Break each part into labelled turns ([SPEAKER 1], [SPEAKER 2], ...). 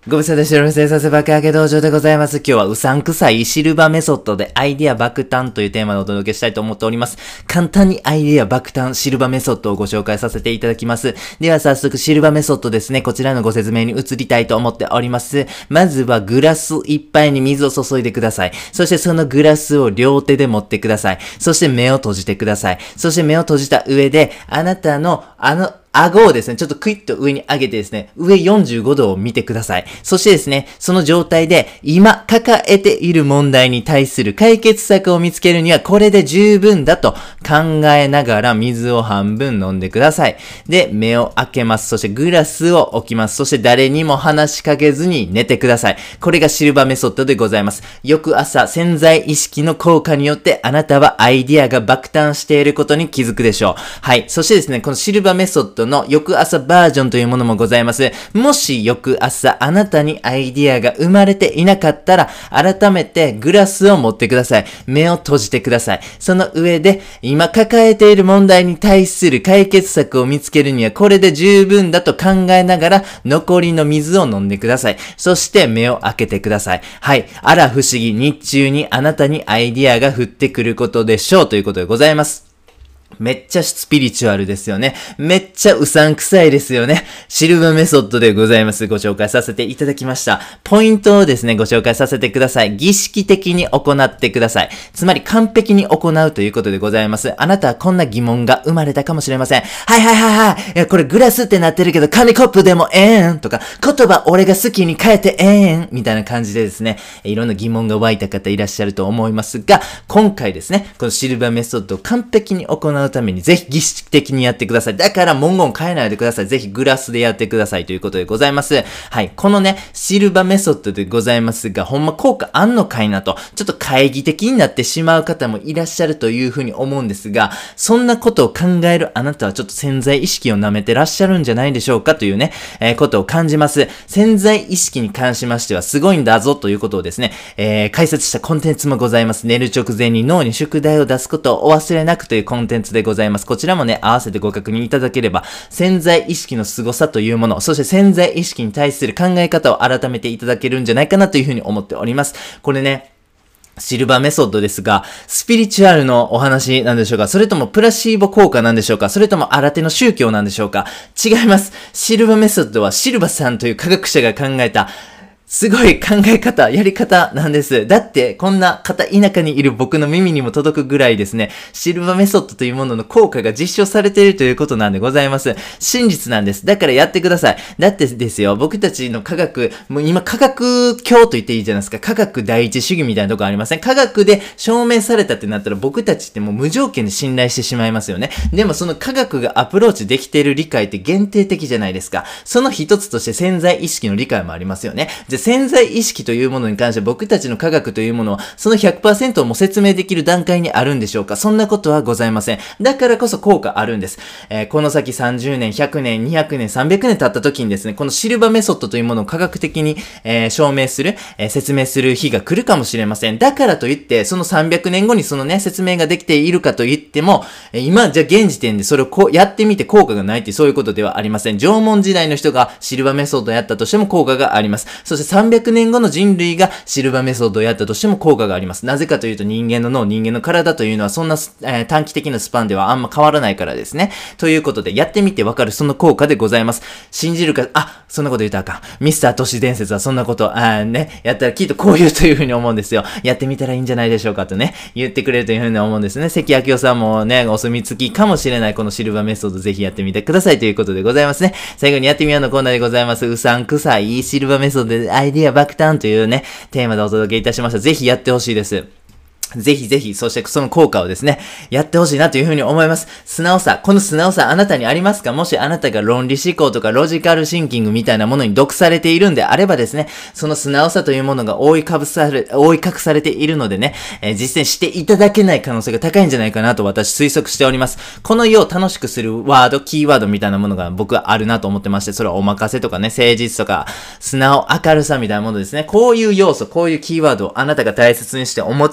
[SPEAKER 1] ご無沙汰しております。生産爆上げ道場でございます。今日はうさんくさいシルバメソッドでアイディア爆誕というテーマでお届けしたいと思っております。簡単にアイディア爆誕シルバメソッドをご紹介させていただきます。では早速シルバメソッドですね。こちらのご説明に移りたいと思っております。まずはグラスいっぱいに水を注いでください。そしてそのグラスを両手で持ってください。そして目を閉じてください。そして目を閉じた上であなたの顎をですね、ちょっとクイッと上に上げてですね、上45度を見てください。そしてですね、その状態で今抱えている問題に対する解決策を見つけるにはこれで十分だと考えながら水を半分飲んでください。で、目を開けます。そしてグラスを置きます。そして誰にも話しかけずに寝てください。これがシルバーメソッドでございます。翌朝、潜在意識の効果によってあなたはアイディアが爆誕していることに気づくでしょう。はい。そしてですね、このシルバーメソッドの翌朝バージョンというものもございます。もし翌朝あなたにアイディアが生まれていなかったら改めてグラスを持ってください。目を閉じてください。その上で今抱えている問題に対する解決策を見つけるにはこれで十分だと考えながら残りの水を飲んでください。そして目を開けてください。はい。あら不思議、日中にあなたにアイディアが降ってくることでしょうということでございます。めっちゃスピリチュアルですよね。めっちゃうさんくさいですよね。シルバーメソッドでございます。ご紹介させていただきました。ポイントをですね、ご紹介させてください。儀式的に行ってください。つまり完璧に行うということでございます。あなたはこんな疑問が生まれたかもしれません。はい。これグラスってなってるけど紙コップでもとか、言葉俺が好きに変えてみたいな感じでですね、いろんな疑問が湧いた方いらっしゃると思いますが、今回ですね、このシルバーメソッドを完璧に行うためにぜひ儀式的にやってください。だから文言変えないでください。ぜひグラスでやってくださいということでございます。はい。このね、シルバーメソッドでございますが、ほんま効果あんのかいなと、ちょっと懐疑的になってしまう方もいらっしゃるというふうに思うんですが、そんなことを考えるあなたはちょっと潜在意識を舐めてらっしゃるんじゃないでしょうかというね、ことを感じます。潜在意識に関しましてはすごいんだぞということをですね、解説したコンテンツもございます。寝る直前に脳に宿題を出すことをお忘れなくというコンテンツでございます。こちらもね、合わせてご確認いただければ、潜在意識の凄さというもの、そして潜在意識に対する考え方を改めていただけるんじゃないかなというふうに思っております。これね、シルバーメソッドですが、スピリチュアルのお話なんでしょうか？それともプラシーボ効果なんでしょうか？それとも新手の宗教なんでしょうか？違います。シルバーメソッドはシルバさんという科学者が考えたすごい考え方、やり方なんです。だって、こんな片田舎にいる僕の耳にも届くぐらいですね、シルバーメソッドというものの効果が実証されているということなんでございます。真実なんです。だからやってください。だってですよ、僕たちの科学、もう今科学教と言っていいじゃないですか。科学第一主義みたいなとこありません？科学で証明されたってなったら僕たちってもう無条件で信頼してしまいますよね。でもその科学がアプローチできている理解って限定的じゃないですか。その一つとして潜在意識の理解もありますよね。潜在意識というものに関して僕たちの科学というものはその 100% をも説明できる段階にあるんでしょうか？そんなことはございません。だからこそ効果あるんです。この先30年、100年、200年、300年経った時にですね、このシルバーメソッドというものを科学的に、証明する、説明する日が来るかもしれません。だからといってその300年後にそのね、説明ができているかといっても、今じゃ現時点でそれをやってみて効果がないってそういうことではありません。縄文時代の人がシルバーメソッドをやったとしても効果があります。そして300年後の人類がシルバーメソッドをやったとしても効果があります。なぜかというと人間の脳、人間の体というのはそんな、短期的なスパンではあんま変わらないからですね。ということでやってみてわかるその効果でございます。信じるか、そんなこと言ったらあかん。ミスター都市伝説はそんなこと、やったらきっとこう言うというふうに思うんですよ。やってみたらいいんじゃないでしょうかとね、言ってくれるというふうに思うんですね。関明夫さんもね、お墨付きかもしれないこのシルバーメソッドぜひやってみてくださいということでございますね。最後にやってみようのコーナーでございます。うさんくさいシルバーメソッドでアイディア爆誕というね、テーマでお届けいたしました。ぜひやってほしいです。ぜひぜひ、そしてその効果をですね、やってほしいなというふうに思います。素直さ、この素直さあなたにありますか？もしあなたが論理思考とかロジカルシンキングみたいなものに毒されているんであればですね、その素直さというものが覆い隠されているのでね、実践していただけない可能性が高いんじゃないかなと私推測しております。この世を楽しくするワード、キーワードみたいなものが僕はあるなと思ってまして、それはお任せとかね、誠実とか、素直、明るさみたいなものですね。こういう要素、こういうキーワードをあなたが大切にしてお持ちである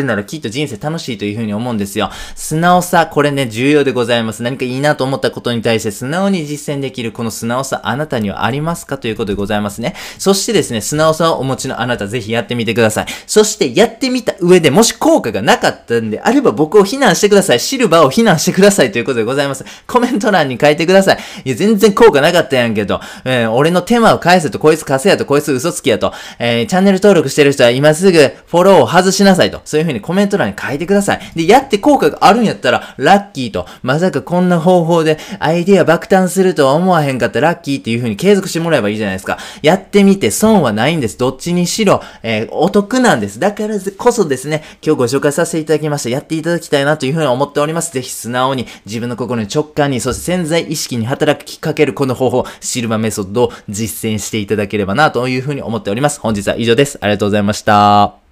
[SPEAKER 1] るならきっと人生楽しいというふうに思うんですよ。素直さ、これね、重要でございます。何かいいなと思ったことに対して素直に実践できるこの素直さ、あなたにはありますかということでございますね。そしてですね、素直さをお持ちのあなた、ぜひやってみてください。そしてやってみた上で、もし効果がなかったんであれば僕を非難してください。シルバーを非難してくださいということでございます。コメント欄に書いてください。いや、全然効果なかったやんけど、俺の手間を返せと、こいつ貸せやと、こいつ嘘つきやと、チャンネル登録してる人は今すぐフォローを外しなさいと、そういう風にコメント欄に書いてください。で、やって効果があるんやったら、ラッキーと、まさかこんな方法でアイディア爆誕するとは思わへんかったラッキーっていう風に継続してもらえばいいじゃないですか。やってみて損はないんです。どっちにしろ、お得なんです。だからこそですね、今日ご紹介させていただきました。やっていただきたいなという風に思っております。ぜひ素直に自分の心に直感に、そして潜在意識に働きかけるこの方法、シルバーメソッドを実践していただければなという風に思っております。本日は以上です。ありがとうございました。